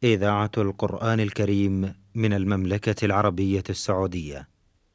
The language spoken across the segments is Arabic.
إذاعة القرآن الكريم من المملكة العربية السعودية.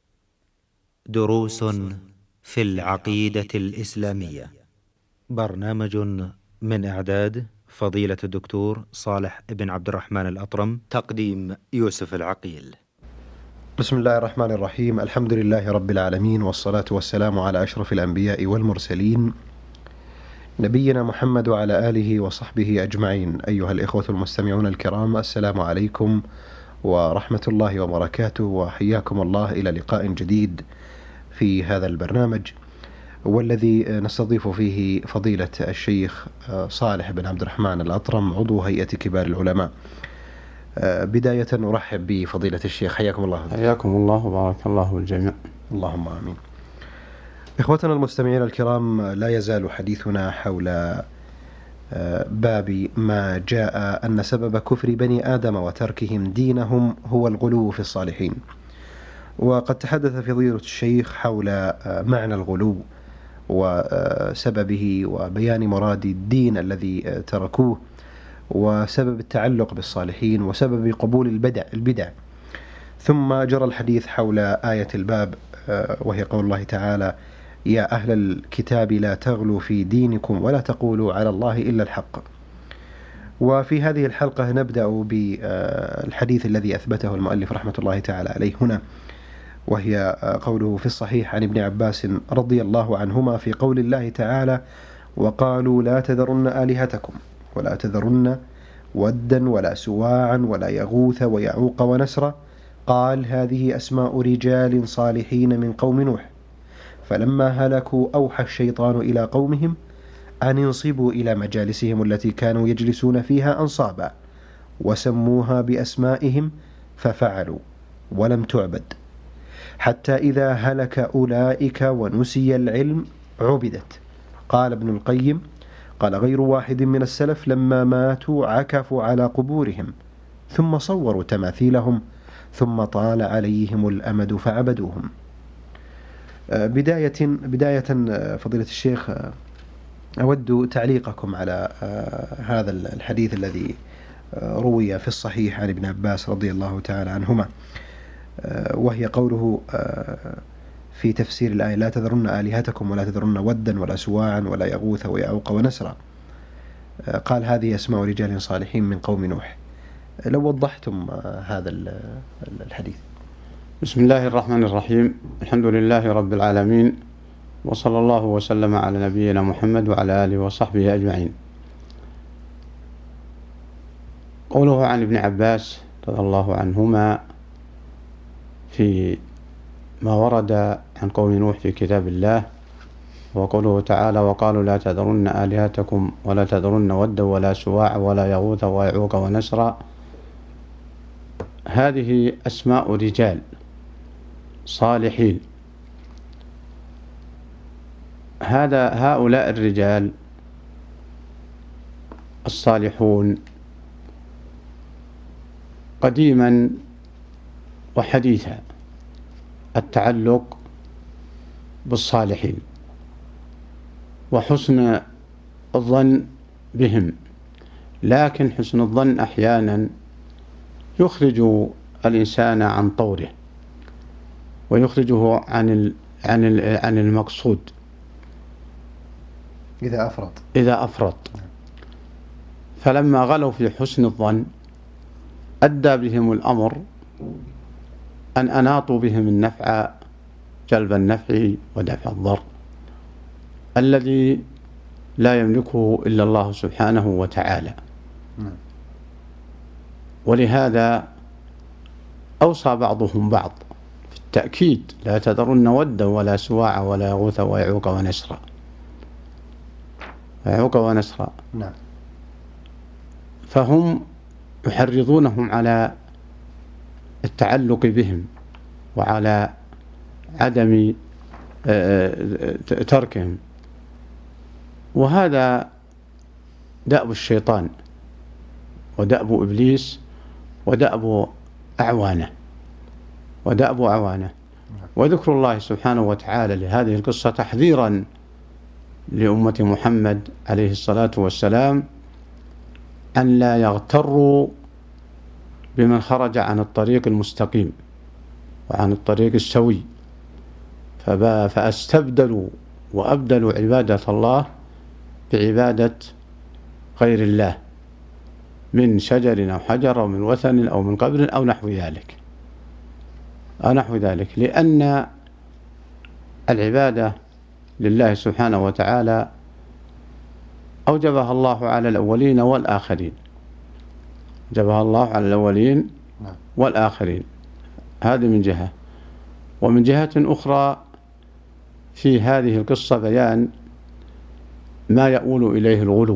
دروس في العقيدة الإسلامية. برنامج من إعداد فضيلة الدكتور صالح بن عبد الرحمن الأطرم. تقديم يوسف العقيل. بسم الله الرحمن الرحيم. الحمد لله رب العالمين، والصلاة والسلام على أشرف الأنبياء والمرسلين، نبينا محمد وعلى آله وصحبه أجمعين. أيها الإخوة المستمعون الكرام، السلام عليكم ورحمة الله وبركاته، وحياكم الله إلى لقاء جديد في هذا البرنامج، والذي نستضيف فيه فضيلة الشيخ صالح بن عبد الرحمن الأطرم، عضو هيئة كبار العلماء. بداية نرحب بفضيلة الشيخ، حياكم الله. حياكم الله وبارك الله الجميع. اللهم آمين. إخوتنا المستمعين الكرام، لا يزال حديثنا حول باب ما جاء أن سبب كفر بني آدم وتركهم دينهم هو الغلو في الصالحين. وقد تحدث فضيلة الشيخ حول معنى الغلو وسببه وبيان مراد الدين الذي تركوه، وسبب التعلق بالصالحين، وسبب قبول البدع. ثم جرى الحديث حول آية الباب، وهي قول الله تعالى: يا أهل الكتاب لا تغلوا في دينكم ولا تقولوا على الله إلا الحق. وفي هذه الحلقة نبدأ بالحديث الذي أثبته المؤلف رحمة الله تعالى عليه هنا، وهي قوله في الصحيح عن ابن عباس رضي الله عنهما في قول الله تعالى: وقالوا لا تذرن آلهتكم ولا تذرن ودا ولا سواعا ولا يغوث ويعوق ونسرا، قال هذه أسماء رجال صالحين من قوم نوح، فلما هلكوا أوحى الشيطان إلى قومهم أن ينصبوا إلى مجالسهم التي كانوا يجلسون فيها أنصابا، وسموها بأسمائهم ففعلوا ولم تعبد، حتى إذا هلك أولئك ونسي العلم عبدت. قال ابن القيم: قال غير واحد من السلف لما ماتوا عكفوا على قبورهم ثم صوروا تماثيلهم ثم طال عليهم الأمد فعبدوهم. بداية فضيلة الشيخ، أود تعليقكم على هذا الحديث الذي روي في الصحيح عن ابن عباس رضي الله تعالى عنهما، وهي قوله في تفسير الآية: لا تذرن آلهتكم ولا تذرن ودا ولا سواعا ولا يغوث ويعوق ونسرا، قال هذه أسماء رجال صالحين من قوم نوح. لو وضحتم هذا الحديث. بسم الله الرحمن الرحيم. الحمد لله رب العالمين، وصلى الله وسلم على نبينا محمد وعلى آله وصحبه أجمعين. قوله عن ابن عباس رضي الله عنهما في ما ورد عن قوم نوح في كتاب الله، وقوله تعالى: وقالوا لا تذرن آلهتكم ولا تذرن ودا ولا سواع ولا يغوث ويعوق ونسرا، هذه أسماء رجال صالحين. هؤلاء الرجال الصالحون قديما وحديثا التعلق بالصالحين وحسن الظن بهم، لكن حسن الظن أحيانا يخرج الإنسان عن طوره ويخرجه عن المقصود إذا أفرط. فلما غلوا في حسن الظن أدى بهم الأمر أن أناطوا بهم النفع، جلب النفع ودفع الضر الذي لا يملكه إلا الله سبحانه وتعالى. ولهذا أوصى بعضهم بعض في التأكيد: لا تذرن ودا ولا سواع ولا يغوث ويعوق ونسرا. نعم. فهم يحرضونهم على التعلق بهم وعلى عدم تركهم، وهذا دأب الشيطان ودأب إبليس ودأب أعوانه. وذكر الله سبحانه وتعالى لهذه القصة تحذيرا لأمة محمد عليه الصلاة والسلام أن لا يغتروا بمن خرج عن الطريق المستقيم وعن الطريق السوي، فاستبدلوا وأبدلوا عبادة الله بعبادة غير الله من شجر أو حجر أو من وثن أو من قبر أو نحو ذلك، لأن العبادة لله سبحانه وتعالى أوجبها الله على الأولين والآخرين، أوجبها الله على الأولين والآخرين. هذه من جهة. ومن جهة أخرى في هذه القصة بيان ما يؤول إليه الغلو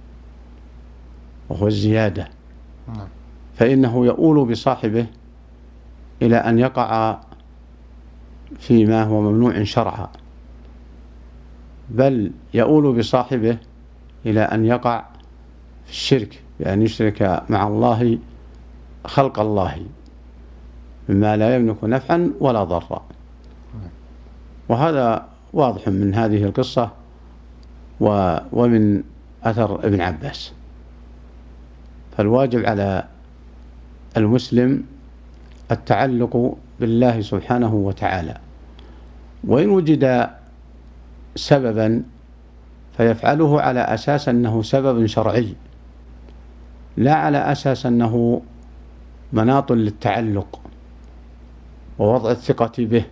وهو الزيادة، فإنه يؤول بصاحبه إلى أن يقع فيما هو ممنوع شرعا، بل يؤول بصاحبه إلى أن يقع في الشرك بأن يشرك مع الله خلق الله مما لا يملك نفعا ولا ضرا. وهذا واضح من هذه القصة ومن أثر ابن عباس. فالواجب على المسلم التعلق بالله سبحانه وتعالى، وإن وجد سببا فيفعله على أساس أنه سبب شرعي، لا على أساس أنه مناط للتعلق ووضع الثقة به.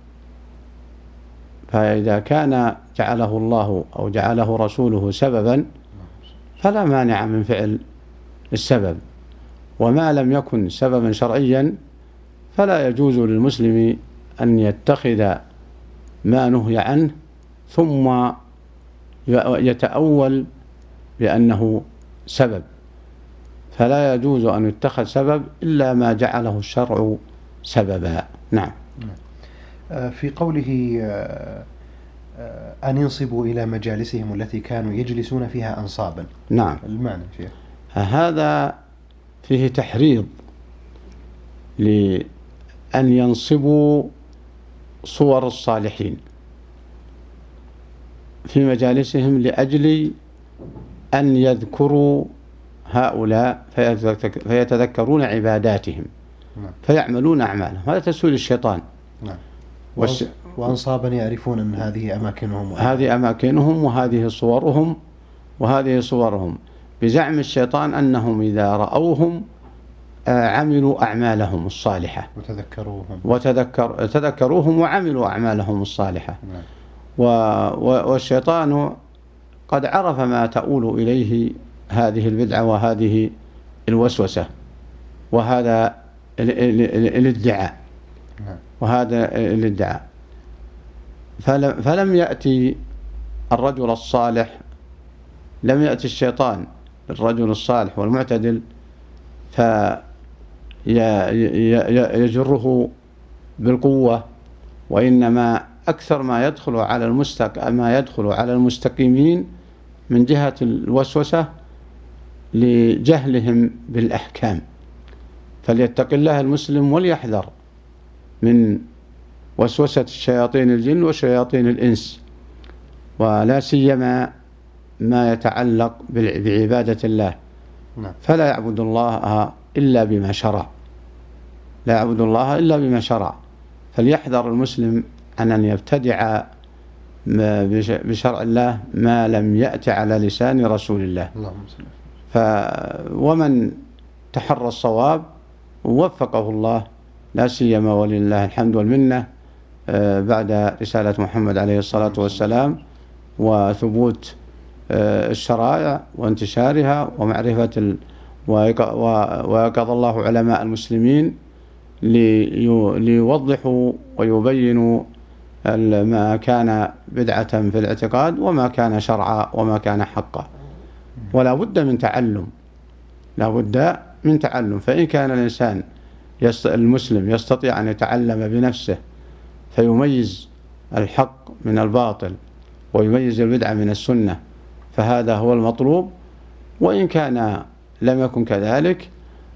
فإذا كان جعله الله أو جعله رسوله سببا فلا مانع من فعل السبب، وما لم يكن سببا شرعيا فلا يجوز للمسلم أن يتخذ ما نهي عنه ثم يتأول بأنه سبب، فلا يجوز أن يتخذ سبب إلا ما جعله الشرع سببا. نعم. في قوله أن ينصبوا إلى مجالسهم التي كانوا يجلسون فيها أنصابا، نعم، المعنى فيه هذا فيه تحريض لأن ينصبوا صور الصالحين في مجالسهم لأجل أن يذكروا هؤلاء فيتذكرون عباداتهم فيعملون أعمالهم. هذا تسويل الشيطان. وأنصابا يعرفون أن هذه أماكنهم هذه أماكنهم وهذه صورهم وهذه صورهم، بزعم الشيطان أنهم إذا رأوهم عملوا أعمالهم الصالحة وتذكروهم وعملوا أعمالهم الصالحة. والشيطان قد عرف ما تؤول إليه هذه البدعة وهذه الوسوسة وهذا الادعاء فلم يأتي الرجل الصالح، لم يأتي الشيطان للرجل الصالح والمعتدل فيجره بالقوة، وإنما أكثر ما يدخل على المستقيمين من جهة الوسوسة لجهلهم بالأحكام. فليتق الله المسلم وليحذر من وسوسة الشياطين الجن وشياطين الإنس، ولا سيما ما يتعلق بعبادة الله. فلا يعبد الله إلا بما شرع، لا يعبد الله إلا بما شرع. فليحذر المسلم أن يبتدع بشرع الله ما لم يأت على لسان رسول الله. ومن تحرى الصواب وفقه الله، لا سيما ولله الحمد والمنة بعد رسالة محمد عليه الصلاة والسلام وثبوت الشرائع وانتشارها ومعرفة ويقظ الله علماء المسلمين ليوضحوا ويبينوا ما كان بدعة في الاعتقاد وما كان شرعا وما كان حقا. ولا بد من تعلم، لا بد من تعلم. فإن كان الإنسان المسلم يستطيع أن يتعلم بنفسه فيميز الحق من الباطل ويميز البدعة من السنة فهذا هو المطلوب. وإن كان لم يكن كذلك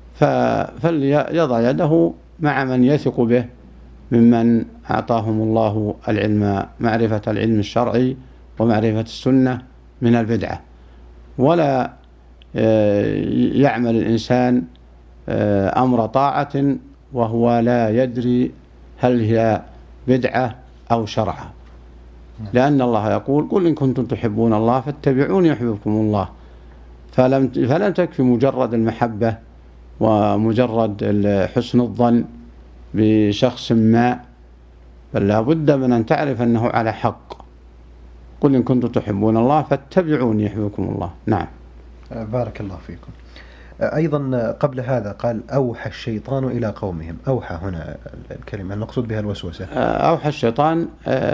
فليضع يده مع من يثق به ممن أعطاهم الله العلم، معرفة العلم الشرعي ومعرفة السنة من البدعة. ولا يعمل الإنسان أمر طاعة وهو لا يدري هل هي بدعة أو شرعة، لأن الله يقول قل إن كنتم تحبون الله فاتبعوني يحببكم الله. فلم تكفي مجرد المحبة ومجرد حسن الظن بشخص ما، بل لا بد من أن تعرف أنه على حق. قل إن كنتم تحبون الله فاتبعوني يحببكم الله. نعم. بارك الله فيكم. أيضا قبل هذا قال أوحى الشيطان إلى قومهم. أوحى هنا الكلمة المقصود بها الوسوسة. أوحى الشيطان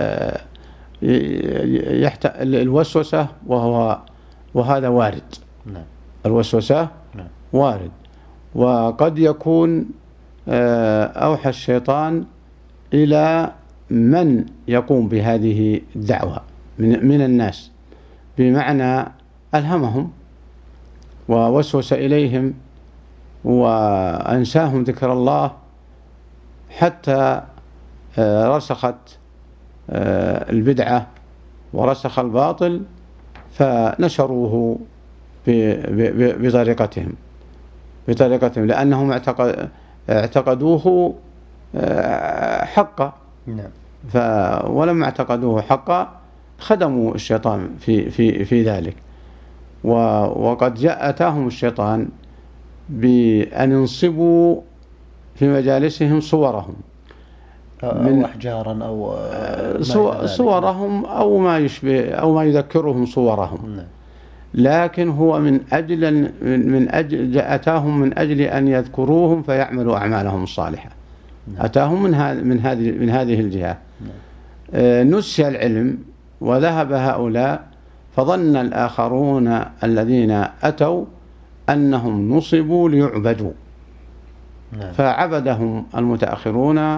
الوسوسة وهذا وارد. نعم. الوسوسة نعم. وارد، وقد يكون أوحى الشيطان إلى من يقوم بهذه الدعوة من الناس، بمعنى ألهمهم ووسوس إليهم وأنساهم ذكر الله حتى رسخت البدعة ورسخ الباطل، فنشروه بطريقتهم لأنهم اعتقدوه حقا. نعم. ولما اعتقدوه حقا خدموا الشيطان في ذلك. وقد أتاهم الشيطان بأن ينصبوا في مجالسهم صورهم أو أحجارا أو صورهم أو ما يشبه أو ما يذكرهم صورهم. نعم. لكن هو من أجل أتاهم من أجل أن يذكروهم فيعملوا أعمالهم الصالحة. نعم. أتاهم من هذه الجهة. نعم. نسي العلم وذهب هؤلاء، فظن الآخرون الذين أتوا أنهم نصبوا ليعبدوا. نعم. فعبدهم المتأخرون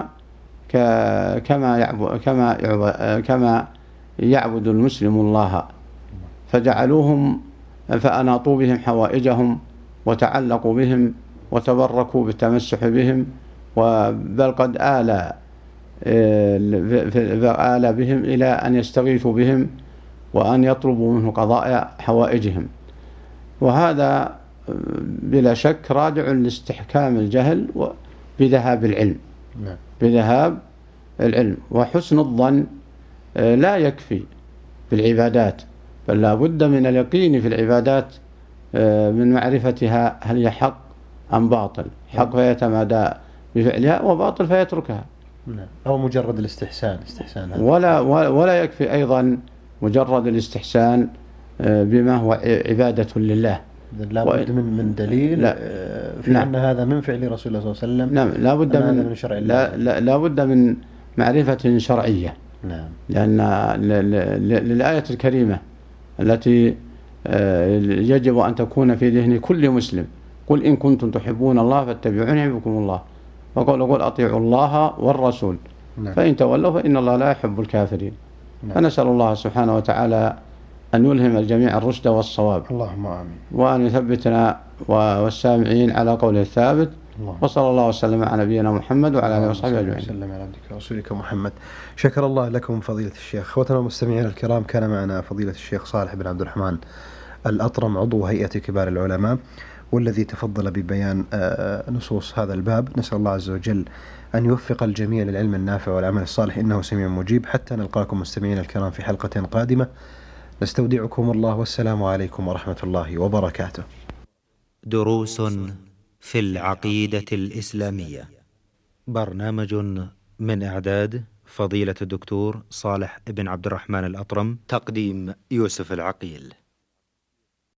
كما يعبد المسلم الله، فجعلوهم فأناطوا بهم حوائجهم وتعلقوا بهم وتبركوا بالتمسح بهم، بل قد آل بهم إلى أن يستغيثوا بهم وأن يطلبوا منه قضاء حوائجهم. وهذا بلا شك راجع لاستحكام الجهل بذهاب العلم. نعم. بذهاب العلم. وحسن الظن لا يكفي في العبادات، بل لا بد من اليقين في العبادات، من معرفتها هل هي حق أم باطل. حق فيتمادى بفعلها، وباطل فيتركها. نعم. أو مجرد الاستحسان ولا يكفي أيضا مجرد الاستحسان بما هو عبادة لله. لا بد من دليل في نعم. أن هذا من فعل رسول الله صلى الله عليه وسلم. نعم. لا بد من شرع الله. لا بد من معرفة شرعية. نعم. لأن للآية الكريمة التي يجب أن تكون في ذهن كل مسلم: قل إن كنتم تحبون الله فاتبعوني يحببكم الله، وقل أطيعوا الله والرسول. نعم. فإن تولوا فإن الله لا يحب الكافرين. نعم. فنسأل الله سبحانه وتعالى أن يلهم الجميع الرشد والصواب، اللهم آمين، وأن يثبتنا والسامعين على قوله الثابت. وصلى الله وسلم على نبينا محمد وعلى آله وصحبه أجمعين. وسلم على عبدك ورسولك محمد. شكر الله لكم فضيلة الشيخ. أخوتنا المستمعين الكرام، كان معنا فضيلة الشيخ صالح بن عبد الرحمن الأطرم، عضو هيئة كبار العلماء، والذي تفضل ببيان نصوص هذا الباب. نسأل الله عز وجل أن يوفق الجميع للعلم النافع والعمل الصالح، إنه سميع مجيب. حتى نلقاكم مستمعين الكرام في حلقة قادمة، نستودعكم الله، والسلام عليكم ورحمة الله وبركاته. دروس في العقيدة الإسلامية، برنامج من إعداد فضيلة الدكتور صالح بن عبد الرحمن الأطرم، تقديم يوسف العقيل.